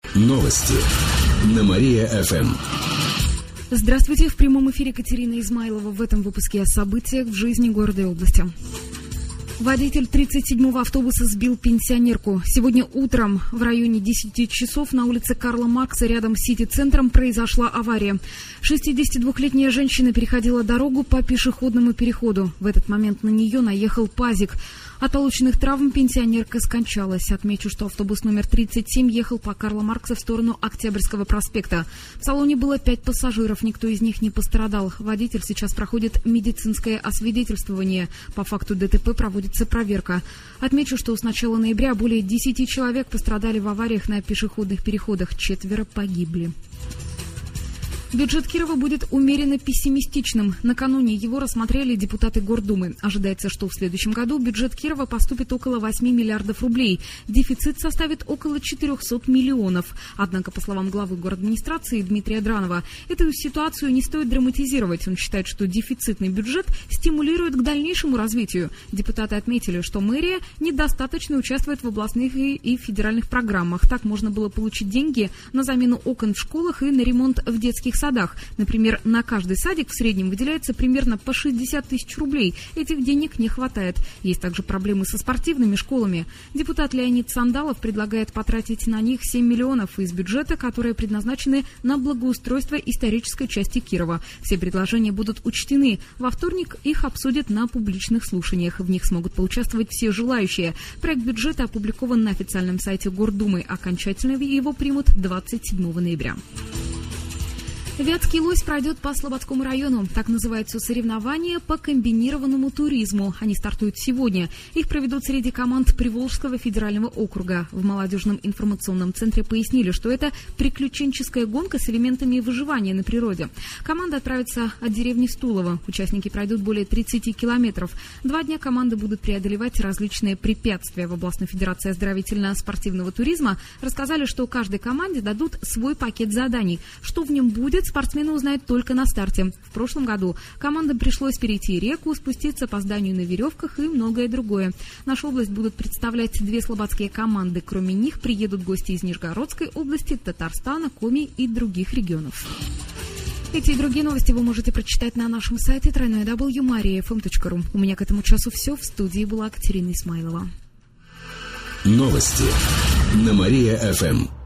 Новости на Мария-ФМ. Здравствуйте, в прямом эфире Катерина Измайлова. В этом выпуске о событиях в жизни города и области. Водитель 37-го автобуса сбил пенсионерку. Сегодня утром в районе 10 часов на улице Карла Маркса рядом с Сити-центром произошла авария. 62-летняя женщина переходила дорогу по пешеходному переходу. В этот момент на нее наехал пазик. От полученных травм пенсионерка скончалась. Отмечу, что автобус номер 37 ехал по Карла Маркса в сторону Октябрьского проспекта. В салоне было 5 пассажиров, никто из них не пострадал. Водитель сейчас проходит медицинское освидетельствование. По факту ДТП проводится проверка. Отмечу, что с начала ноября более 10 человек пострадали в авариях на пешеходных переходах. 4 погибли. Бюджет Кирова будет умеренно пессимистичным. Накануне его рассмотрели депутаты Гордумы. Ожидается, что в следующем году в бюджет Кирова поступит около 8 миллиардов рублей. Дефицит составит около 400 миллионов. Однако, по словам главы городадминистрации Дмитрия Дранова, эту ситуацию не стоит драматизировать. Он считает, что дефицитный бюджет стимулирует к дальнейшему развитию. Депутаты отметили, что мэрия недостаточно участвует в областных и федеральных программах. Так можно было получить деньги на замену окон в школах и на ремонт в детских садах. Например, на каждый садик в среднем выделяется примерно по 60 тысяч рублей. Этих денег не хватает. Есть также проблемы со спортивными школами. Депутат Леонид Сандалов предлагает потратить на них 7 миллионов из бюджета, которые предназначены на благоустройство исторической части Кирова. Все предложения будут учтены. Во вторник их обсудят на публичных слушаниях. В них смогут поучаствовать все желающие. Проект бюджета опубликован на официальном сайте Гордумы. Окончательно его примут 27 ноября. Вятский лось пройдет по Слободскому району. Так называются соревнования по комбинированному туризму. Они стартуют сегодня. Их проведут среди команд Приволжского федерального округа. В молодежном информационном центре пояснили, что это приключенческая гонка с элементами выживания на природе. Команда отправится от деревни Стулово. Участники пройдут более 30 километров. 2 дня команды будут преодолевать различные препятствия. В областной федерации оздоровительно-спортивного туризма рассказали, что каждой команде дадут свой пакет заданий. Что в нем будет, спортсмены узнают только на старте. В прошлом году командам пришлось перейти реку, спуститься по зданию на веревках и многое другое. Нашу область будут представлять 2 слободские команды. Кроме них приедут гости из Нижегородской области, Татарстана, Коми и других регионов. Эти и другие новости вы можете прочитать на нашем сайте www.mariafm.ru. У меня к этому часу все. В студии была Катерина Исмайлова. Новости на Мария-ФМ.